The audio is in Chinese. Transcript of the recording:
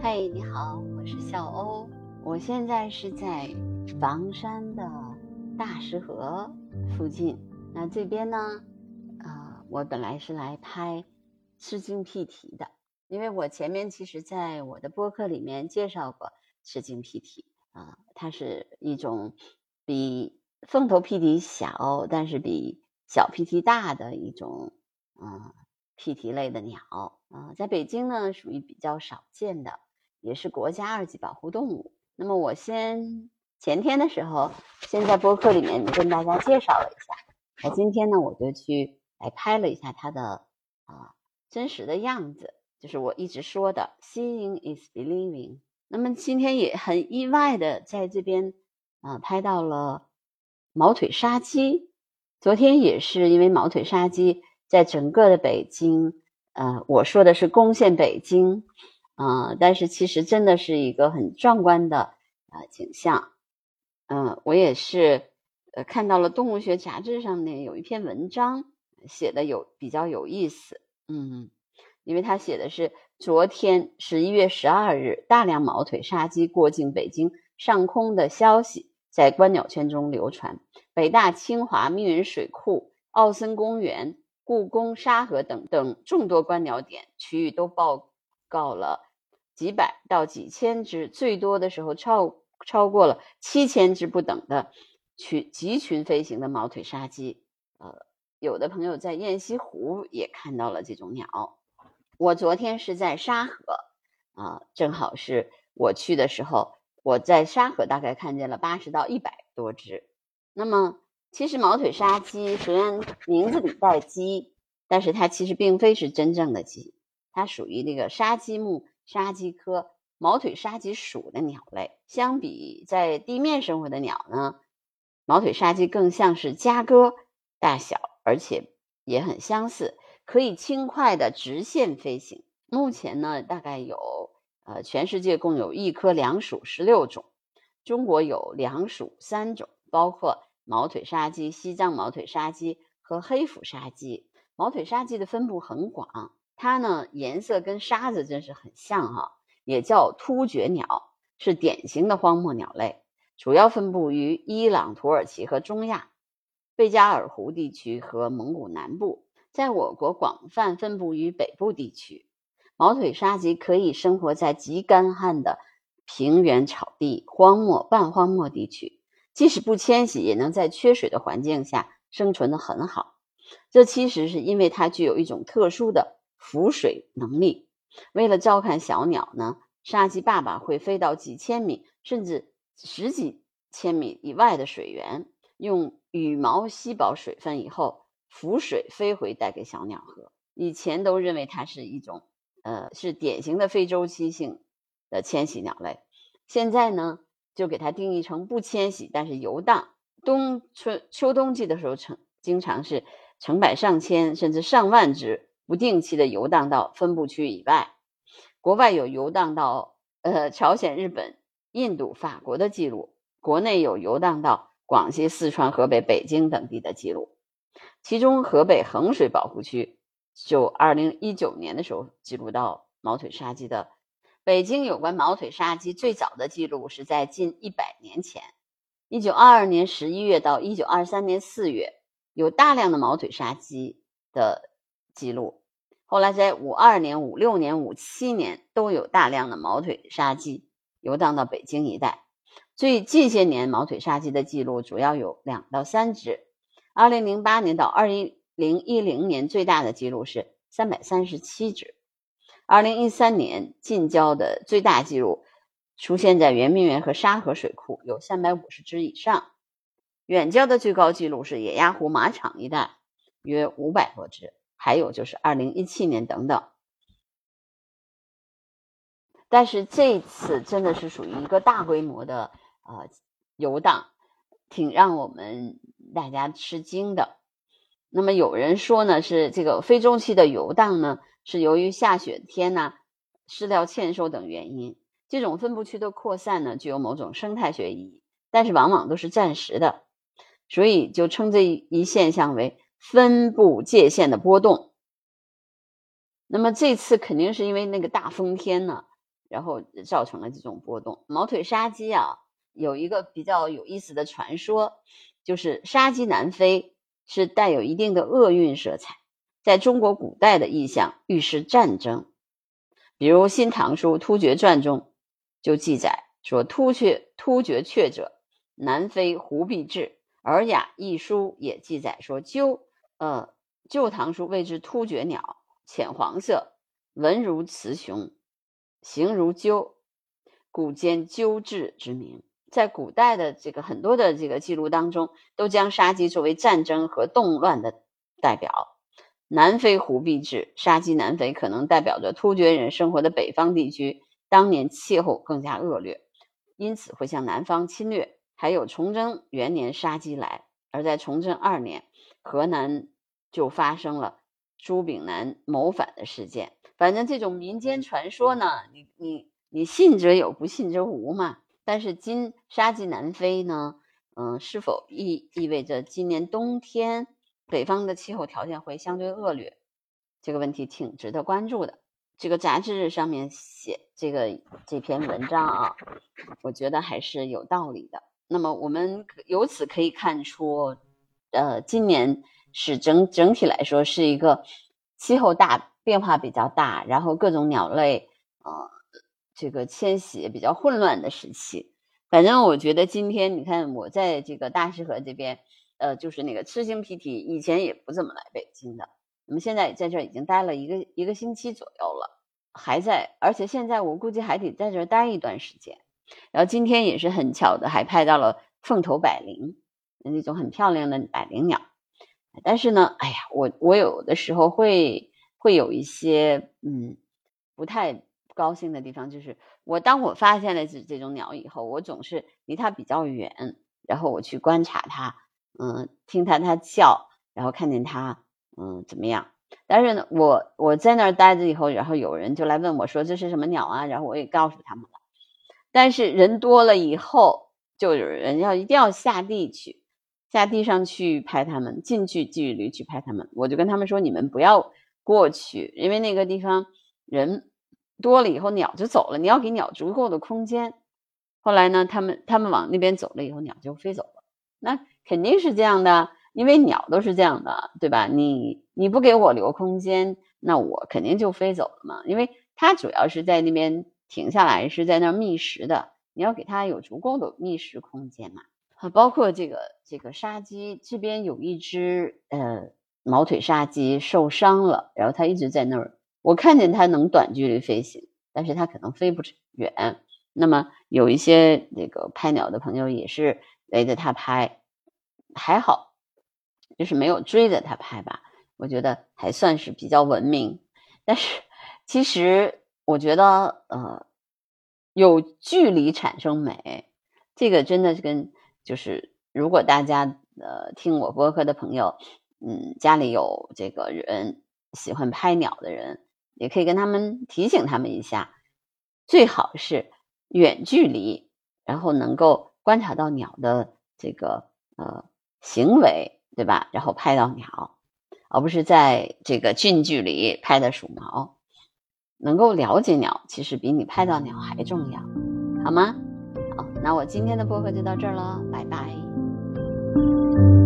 嗨，你好，我是笑欧。我现在是在房山的大石河附近。那这边呢，我本来是来拍吃惊辟体的，因为我前面其实在我的播客里面介绍过吃惊辟体它是一种比凤头辟体小，但是比小辟体大的一种辟体类的鸟在北京呢属于比较少见的。也是国家2级保护动物。那么我前天的时候，先在播客里面跟大家介绍了一下。那今天呢，我就去来拍了一下它的真实的样子，就是我一直说的 Seeing is believing。那么今天也很意外的在这边拍到了毛腿沙鸡。昨天也是因为毛腿沙鸡在整个的北京，我说的是攻陷北京。但是其实真的是一个很壮观的景象。我也是看到了动物学杂志上面有一篇文章写的比较有意思。因为他写的是昨天11月12日大量毛腿沙鸡过境北京上空的消息在观鸟圈中流传，北大、清华、密云水库、奥森公园、故宫、沙河等众多观鸟点区域都报告了几百到几千只，最多的时候超过了7000只不等的集群飞行的毛腿沙鸡。有的朋友在雁西湖也看到了这种鸟。我昨天是在沙河正好是我去的时候，我在沙河大概看见了80到100多只。那么其实毛腿沙鸡虽然名字里带鸡，但是它其实并非是真正的鸡，它属于那个沙鸡目沙鸡科毛腿沙鸡属的鸟类。相比在地面生活的鸟呢，毛腿沙鸡更像是家鸽大小，而且也很相似，可以轻快的直线飞行。目前呢，大概有全世界共有一科两属16种，中国有两属3种，包括毛腿沙鸡、西藏毛腿沙鸡和黑腹沙鸡。毛腿沙鸡的分布很广，它呢颜色跟沙子真是很像也叫突厥鸟，是典型的荒漠鸟类，主要分布于伊朗、土耳其和中亚、贝加尔湖地区和蒙古南部，在我国广泛分布于北部地区。毛腿沙鸡可以生活在极干旱的平原草地、荒漠、半荒漠地区，即使不迁徙，也能在缺水的环境下生存得很好。这其实是因为它具有一种特殊的浮水能力。为了照看小鸟呢，沙鸡爸爸会飞到几千米甚至10几千米以外的水源，用羽毛吸饱水分以后浮水飞回带给小鸟喝。以前都认为它是一种是典型的非周期性的迁徙鸟类，现在呢就给它定义成不迁徙但是游荡，秋冬季的时候经常是成百上千甚至上万只不定期的游荡到分布区以外。国外有游荡到朝鲜、日本、印度、法国的记录，国内有游荡到广西、四川、河北、北京等地的记录。其中河北衡水保护区就2019年的时候记录到毛腿沙鸡的。北京有关毛腿沙鸡最早的记录是在近100年前，1922年11月到1923年4月有大量的毛腿沙鸡的记录。后来在52年、56年、57年都有大量的毛腿沙鸡游荡到北京一带。最近些年毛腿沙鸡的记录主要有2到3只。2008年到2010年最大的记录是337只。2013年近郊的最大记录出现在圆明园和沙河水库，有350只以上。远郊的最高记录是野鸭湖马场一带，约500多只。还有就是2017年等等。但是这次真的是属于一个大规模的游荡，挺让我们大家吃惊的。那么有人说呢，是这个非周期的游荡呢，是由于下雪天饲料欠收等原因。这种分布区的扩散呢，具有某种生态学意义，但是往往都是暂时的，所以就称这一现象为分布界限的波动。那么这次肯定是因为那个大风天呢， 然后造成了这种波动。毛腿沙鸡啊，有一个比较有意思的传说，就是沙鸡南飞是带有一定的厄运色彩，在中国古代的意象预示战争。比如《新唐书·突厥传》中就记载说，突厥雀者，南飞胡必至。尔雅一书也记载说，旧唐书谓之突厥鸟，浅黄色，文如雌雄，形如鸠，故兼鸠雉之名。在古代的这个很多的这个记录当中，都将沙鸡作为战争和动乱的代表。南飞胡必至，沙鸡南飞可能代表着突厥人生活的北方地区当年气候更加恶劣，因此会向南方侵略。还有崇祯元年沙鸡来，而在崇祯2年，河南就发生了朱炳南谋反的事件。反正这种民间传说呢，你信则有，不信则无嘛。但是沙鸡南飞呢，是否意味着今年冬天北方的气候条件会相对恶劣？这个问题挺值得关注的。这个杂志上面写这篇文章啊，我觉得还是有道理的。那么我们由此可以看出，今年是整体来说是一个气候变化比较大，然后各种鸟类这个迁徙比较混乱的时期。反正我觉得今天你看我在这个大石河这边，就是那个痴心PT，以前也不怎么来北京的，那么现在在这已经待了一个星期左右了，还在，而且现在我估计还得在这待一段时间。然后今天也是很巧的，还拍到了凤头百灵，那种很漂亮的百灵鸟。但是呢，哎呀，我有的时候会有一些不太高兴的地方，就是当我发现了这种鸟以后，我总是离它比较远，然后我去观察它，听它叫，然后看见它怎么样。但是呢，我在那儿待着以后，然后有人就来问我说这是什么鸟啊，然后我也告诉他们了。但是人多了以后，就有人一定要下地上去拍他们，近距离去拍他们。我就跟他们说，你们不要过去，因为那个地方人多了以后鸟就走了，你要给鸟足够的空间。后来呢，他们往那边走了以后，鸟就飞走了。那肯定是这样的，因为鸟都是这样的，对吧？你不给我留空间，那我肯定就飞走了嘛。因为它主要是在那边停下来，是在那儿觅食的，你要给它有足够的觅食空间嘛。包括这个沙鸡，这边有一只毛腿沙鸡受伤了，然后它一直在那儿，我看见它能短距离飞行，但是它可能飞不远。那么有一些这个拍鸟的朋友也是围着它拍，还好就是没有追着它拍吧，我觉得还算是比较文明。但是其实我觉得有距离产生美，这个真的是就是如果大家听我播客的朋友，家里有这个人喜欢拍鸟的人，也可以跟他们提醒他们一下，最好是远距离，然后能够观察到鸟的这个行为，对吧？然后拍到鸟，而不是在这个近距离拍的鼠毛。能够了解鸟，其实比你拍到鸟还重要，好吗？好，那我今天的播客就到这儿了，拜拜。